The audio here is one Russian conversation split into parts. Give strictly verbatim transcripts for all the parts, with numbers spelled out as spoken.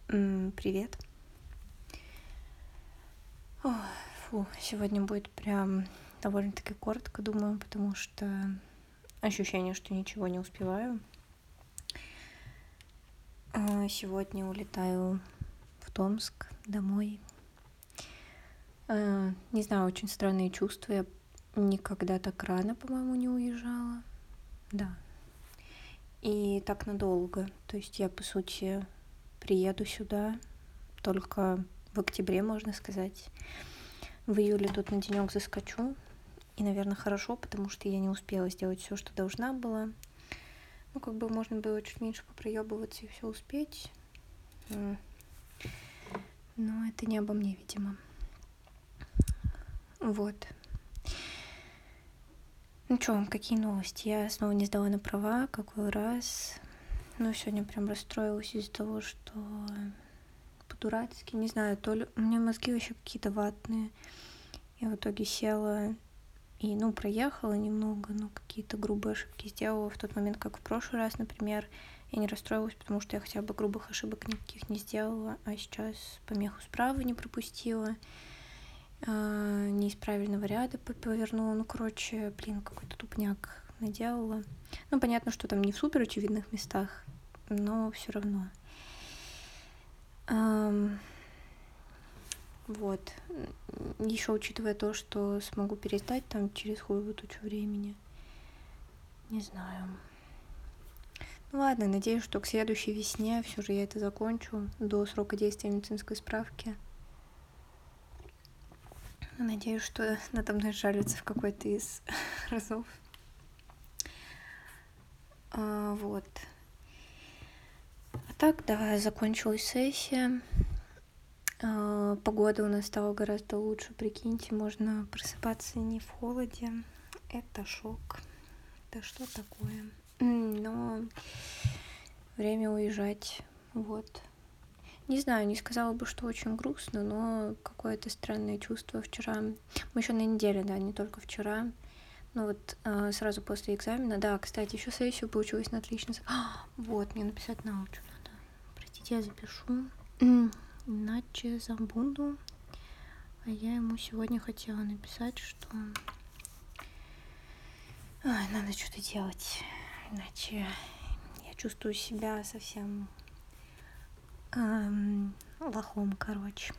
М, Привет. Ох, Фу, сегодня будет прям довольно-таки коротко, думаю, потому что ощущение, что ничего не успеваю. А, Сегодня улетаю в Томск домой. А, Не знаю, очень странные чувства. Я никогда так рано, по-моему, не уезжала. Да. И так надолго. То есть я, по сути, приеду сюда только в октябре, можно сказать. В июле тут на денек заскочу. И, наверное, хорошо, потому что я не успела сделать все, что должна была. Ну, как бы можно было чуть меньше попроебываться и все успеть. Но это не обо мне, видимо. Вот. Ну что, какие новости? Я снова не сдала на права, какой раз. Ну, сегодня прям расстроилась из-за того, что по-дурацки, не знаю, то ли у меня мозги вообще какие-то ватные. Я в итоге села и, ну, проехала немного, но какие-то грубые ошибки сделала в тот момент, как в прошлый раз, например. Я не расстроилась, потому что я хотя бы грубых ошибок никаких не сделала, а сейчас помеху справа не пропустила, не из правильного ряда повернула. Ну, короче, блин, какой-то тупняк наделала. Ну, понятно, что там не в супер очевидных местах, но все равно. Вот. Еще учитывая то, что смогу перестать там через хуевую тучу времени. Не знаю. Ну ладно, надеюсь, что к следующей весне все же я это закончу до срока действия медицинской справки. Надеюсь, что надо мной жалится в какой-то из разов. А, вот. А так, да, закончилась сессия. А, погода у нас стала гораздо лучше, прикиньте, можно просыпаться не в холоде. Это шок. Это что такое? Но время уезжать. Вот. Не знаю, не сказала бы, что очень грустно, но какое-то странное чувство вчера. Мы еще на неделе, да, не только вчера. Ну вот а, сразу после экзамена. Да, кстати, еще сессию получилось на отлично. А, вот, мне написать на аудио надо. Простите, я запишу. Иначе забуду. А я ему сегодня хотела написать, что... Ой, надо что-то делать. Иначе я чувствую себя совсем эм, лохом, короче.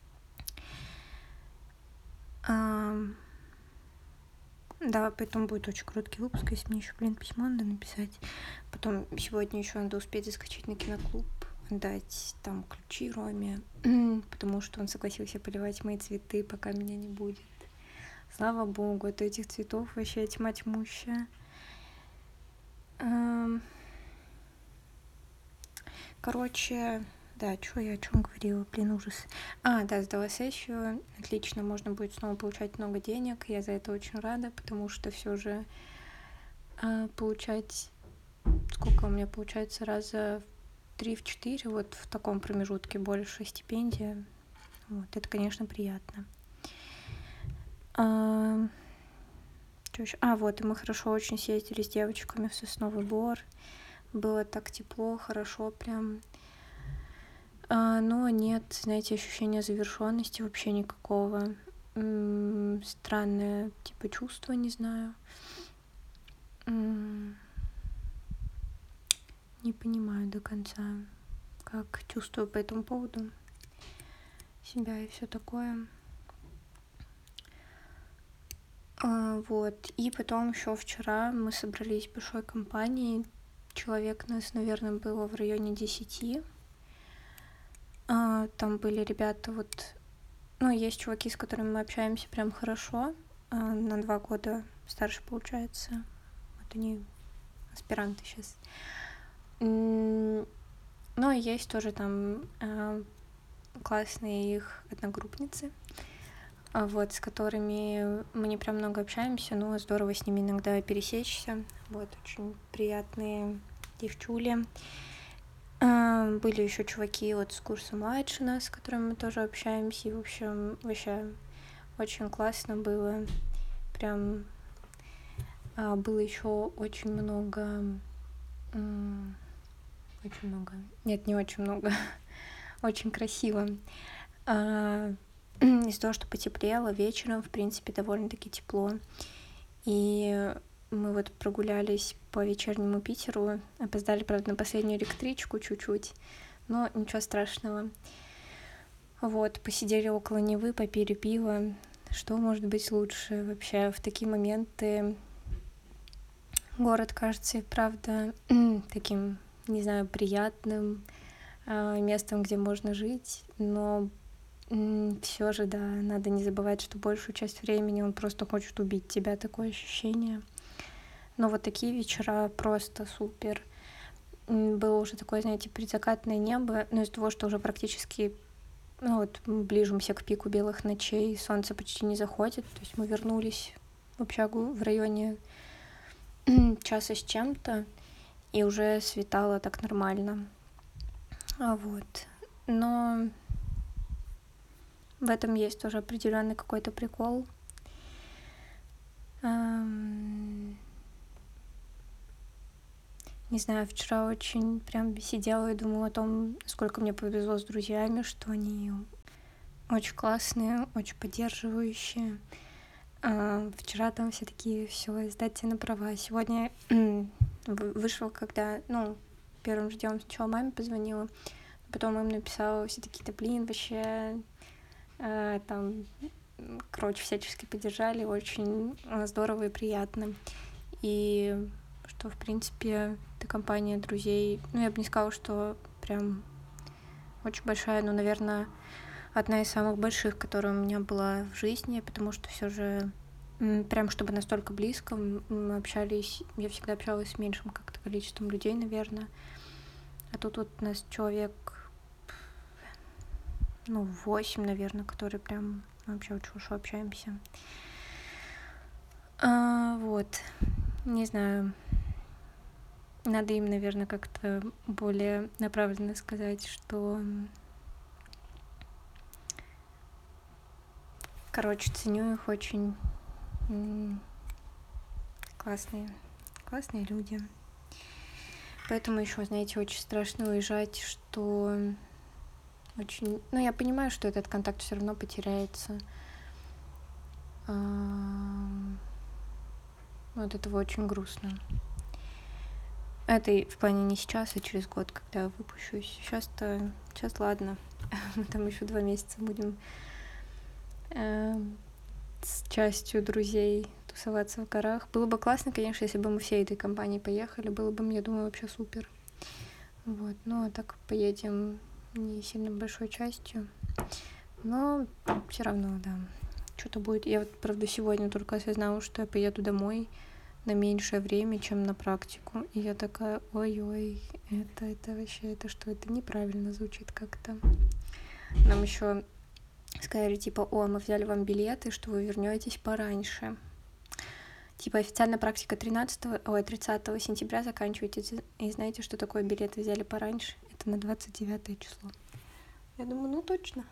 Эм, да, поэтому будет очень короткий выпуск, если мне еще, блин, письмо надо написать. Потом сегодня еще надо успеть заскочить на киноклуб, дать там ключи Роме, потому что он согласился поливать мои цветы, пока меня не будет. Слава богу, это этих цветов вообще тьма тьмущая. Эм... Короче, да, что я о чем говорила, блин, ужас. А, да, сдала сессию, отлично, можно будет снова получать много денег, я за это очень рада, потому что все же э, получать, сколько у меня получается, раза в три-четыре, вот в таком промежутке больше стипендия, вот, это, конечно, приятно. А, что еще? А, вот, и мы хорошо очень съездили с девочками в Сосновый Бор, было так тепло, хорошо прям. А, но нет, знаете, ощущения завершенности вообще никакого. М-м, странное, типа, чувство, не знаю. М-м, не понимаю до конца, как чувствую по этому поводу себя и все такое. А, вот, и потом еще вчера мы собрались большой компанией. Человек нас, наверное, было в районе десяти. А, там были ребята, вот, ну, есть чуваки, с которыми мы общаемся прям хорошо, а, на два года старше, получается. Вот они аспиранты сейчас. Но есть тоже там э, классные их одногруппницы, вот, с которыми мы не прям много общаемся, но здорово с ними иногда пересечься. Вот, очень приятные девчули. Э, были еще чуваки вот с курса младше нас, с которыми мы тоже общаемся. И, в общем, вообще очень классно было. Прям э, было еще очень много... Э, очень много. Нет, не очень много. очень красиво. А, из-за того, что потеплело, вечером, в принципе, довольно-таки тепло. И мы вот прогулялись по вечернему Питеру, опоздали, правда, на последнюю электричку чуть-чуть, но ничего страшного. Вот, посидели около Невы, попили пиво. Что может быть лучше вообще в такие моменты? Город кажется и правда таким, не знаю, приятным местом, где можно жить, но все же, да, надо не забывать, что большую часть времени он просто хочет убить тебя, такое ощущение. Но вот такие вечера просто супер. Было уже такое, знаете, предзакатное небо, но из-за того, что уже практически, ну вот, мы ближимся к пику белых ночей, солнце почти не заходит, то есть мы вернулись в общагу в районе часа с чем-то, и уже светало так нормально. А вот. Но в этом есть тоже определенный какой-то прикол. Эм... Не знаю, вчера очень прям сидела и думала о том, сколько мне повезло с друзьями, что они очень классные, очень поддерживающие. А вчера там все такие, все, сдайте на права. Сегодня вышел, когда, ну, первым же делом сначала маме позвонила, потом им написала, все такие-то, блин, вообще, э, там, короче, всячески поддержали, очень здорово и приятно. И что, в принципе, эта компания друзей, ну, я бы не сказала, что прям очень большая, но, наверное, одна из самых больших, которая у меня была в жизни, потому что все же прям чтобы настолько близко мы общались, я всегда общалась с меньшим как-то количеством людей, наверное. А тут вот у нас человек, ну, восемь, наверное, которые прям вообще очень хорошо общаемся. А, вот, не знаю, надо им, наверное, как-то более направленно сказать, что, короче, ценю их очень. Классные, классные люди. Поэтому еще, знаете, очень страшно уезжать, что очень... Ну, я понимаю, что этот контакт все равно потеряется. Вот этого очень грустно. Это в плане не сейчас, а через год, когда выпущусь. Сейчас-то... Сейчас ладно. Мы там еще два месяца будем э, с частью друзей тусоваться в горах. Было бы классно, конечно, если бы мы всей этой компанией поехали. Было бы, я думаю, вообще супер. Вот. Ну, а так поедем не сильно большой частью. Но все равно, да. Что-то будет. Я вот, правда, сегодня только осознала, что я поеду домой на меньшее время, чем на практику. И я такая, ой-ой, это, это вообще, это что? Это неправильно звучит как-то. Нам еще сказали, типа, о, мы взяли вам билеты, что вы вернетесь пораньше. Типа, официально практика тринадцатого, ой, тридцатого сентября заканчивается. И знаете, что такое билеты взяли пораньше? Это на двадцать девятое число. Я думаю, ну точно.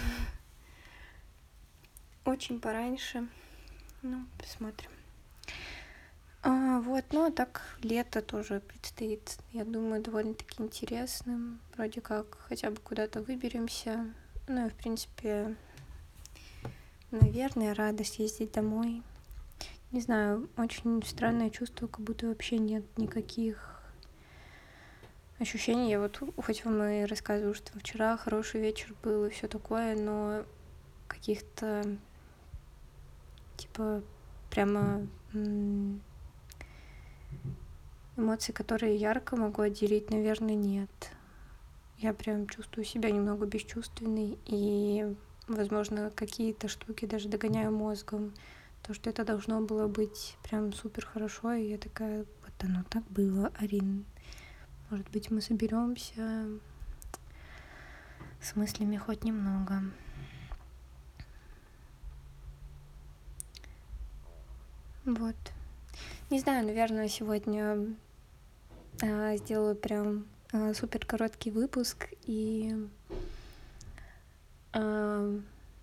Очень пораньше. Ну, посмотрим. А, вот, ну, а так лето тоже предстоит, я думаю, довольно-таки интересным. Вроде как хотя бы куда-то выберемся. Ну, и, в принципе, наверное, рада съездить домой. Не знаю, очень странное чувство, как будто вообще нет никаких ощущений. Я вот, хоть вам и рассказываю, что вчера хороший вечер был и все такое, но каких-то, типа, прямо эмоций, которые ярко могу отделить, наверное, нет. Я прям чувствую себя немного бесчувственной, и, возможно, какие-то штуки даже догоняю мозгом. То, что это должно было быть прям супер хорошо, и я такая, вот оно так было, Арин. Может быть, мы соберемся с мыслями хоть немного. Вот. Не знаю, наверное, сегодня э, сделаю прям э, супер короткий выпуск, и э,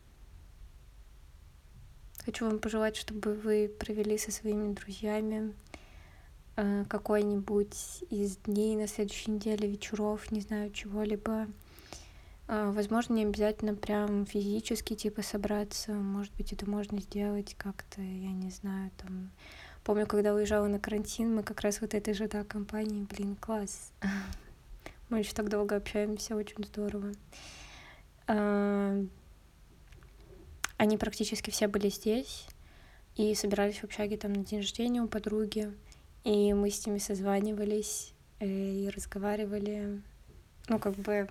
хочу вам пожелать, чтобы вы провели со своими друзьями э, какой-нибудь из дней на следующей неделе, вечеров, не знаю, чего-либо А, возможно, не обязательно прям физически, типа, собраться. Может быть, это можно сделать как-то, я не знаю, там. Помню, когда уезжала на карантин, мы как раз вот этой же, да, компанией, блин, класс. Мы еще так долго общаемся, очень здорово. А, Они практически все были здесь и собирались в общаге там на день рождения у подруги. И мы с ними созванивались э, и разговаривали. Ну, как бы,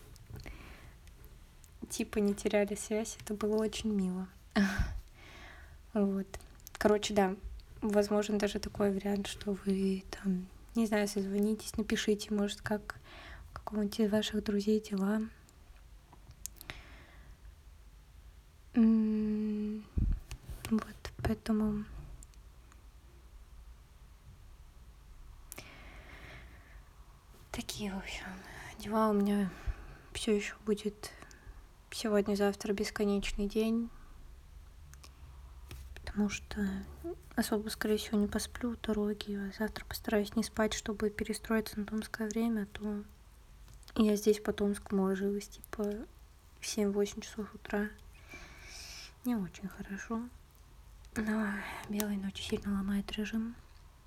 типа, не теряли связь. Это было очень мило. Вот. Короче, да, возможен даже такой вариант, что вы там, не знаю, созвонитесь, напишите, может, как у какого-нибудь из ваших друзей дела. М, Вот, поэтому... Такие, в общем, дела у меня все еще будет сегодня-завтра бесконечный день, потому что особо, скорее всего, не посплю в дороге, а завтра постараюсь не спать, чтобы перестроиться на томское время, а то я здесь по Томскому ложилась, типа, в семь-восемь часов утра. Не очень хорошо, но белая ночь сильно ломает режим.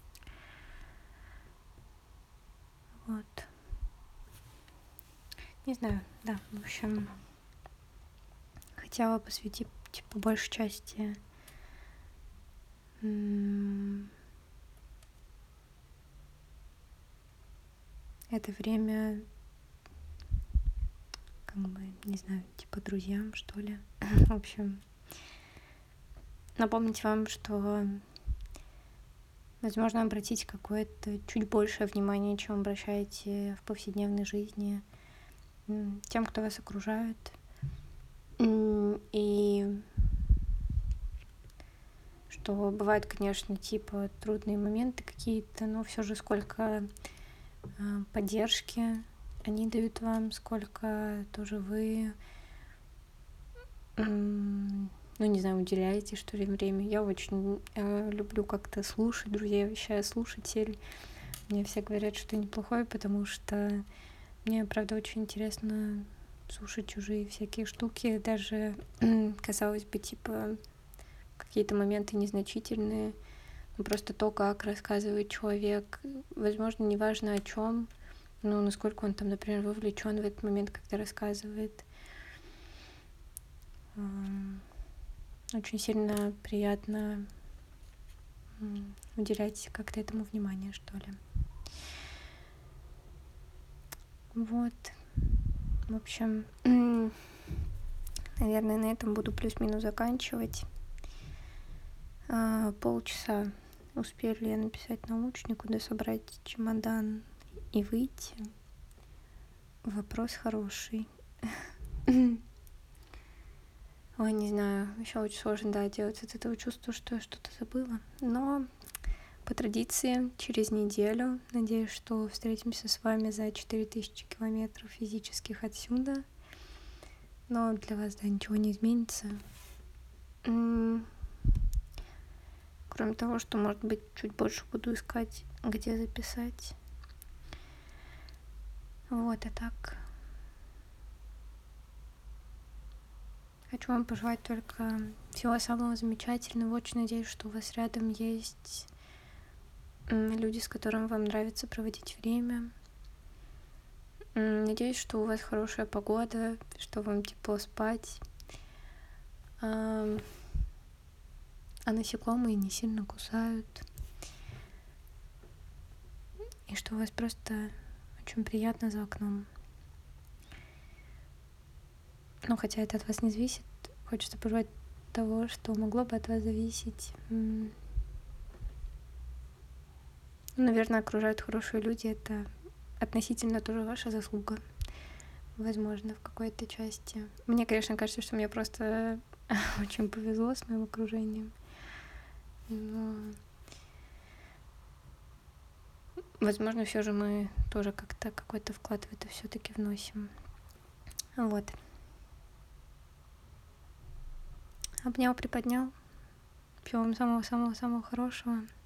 Вот. Не знаю, да, в общем, хотела посвятить, типа, большей части м- это время, как бы, не знаю, типа друзьям, что ли. В общем, напомнить вам, что, возможно, обратить какое-то чуть большее внимание, чем обращаете в повседневной жизни м, тем, кто вас окружает. М, И что бывают, конечно, типа трудные моменты какие-то, но все же сколько э, поддержки они дают вам, сколько тоже вы, м, ну, не знаю, уделяете, что ли, время. Я очень э, люблю как-то слушать, друзья, вообще слушатель. Мне все говорят, что неплохой, потому что мне, правда, очень интересно слушать чужие всякие штуки, даже, казалось бы, типа, какие-то моменты незначительные, но просто то, как рассказывает человек, возможно, неважно о чем, но насколько он там, например, вовлечен в этот момент, когда рассказывает. Очень сильно приятно уделять как-то этому внимание, что ли. Вот. В общем, наверное, на этом буду плюс-минус заканчивать. А, полчаса успели написать научнику, да собрать чемодан и выйти. Вопрос хороший. Ой, не знаю, еще очень сложно, да, делать от этого чувства, что я что-то забыла. Но по традиции через неделю, надеюсь, что встретимся с вами за четыре тысячи километров физических отсюда. Но для вас, да, ничего не изменится. Кроме того, что, может быть, чуть больше буду искать, где записать. Вот, а так... Хочу вам пожелать только всего самого замечательного. Очень надеюсь, что у вас рядом есть люди, с которыми вам нравится проводить время. Надеюсь, что у вас хорошая погода, что вам тепло спать. А насекомые не сильно кусают. И что у вас просто очень приятно за окном. Ну, хотя это от вас не зависит. Хочется пожелать того, что могло бы от вас зависеть. Ну, наверное, окружают хорошие люди. Это относительно тоже ваша заслуга. Возможно, в какой-то части. Мне, конечно, кажется, что мне просто очень повезло с моим окружением. Но, возможно, все же мы тоже как-то какой-то вклад в это все-таки вносим. Вот. Обнял, приподнял. Всего вам самого-самого-самого хорошего.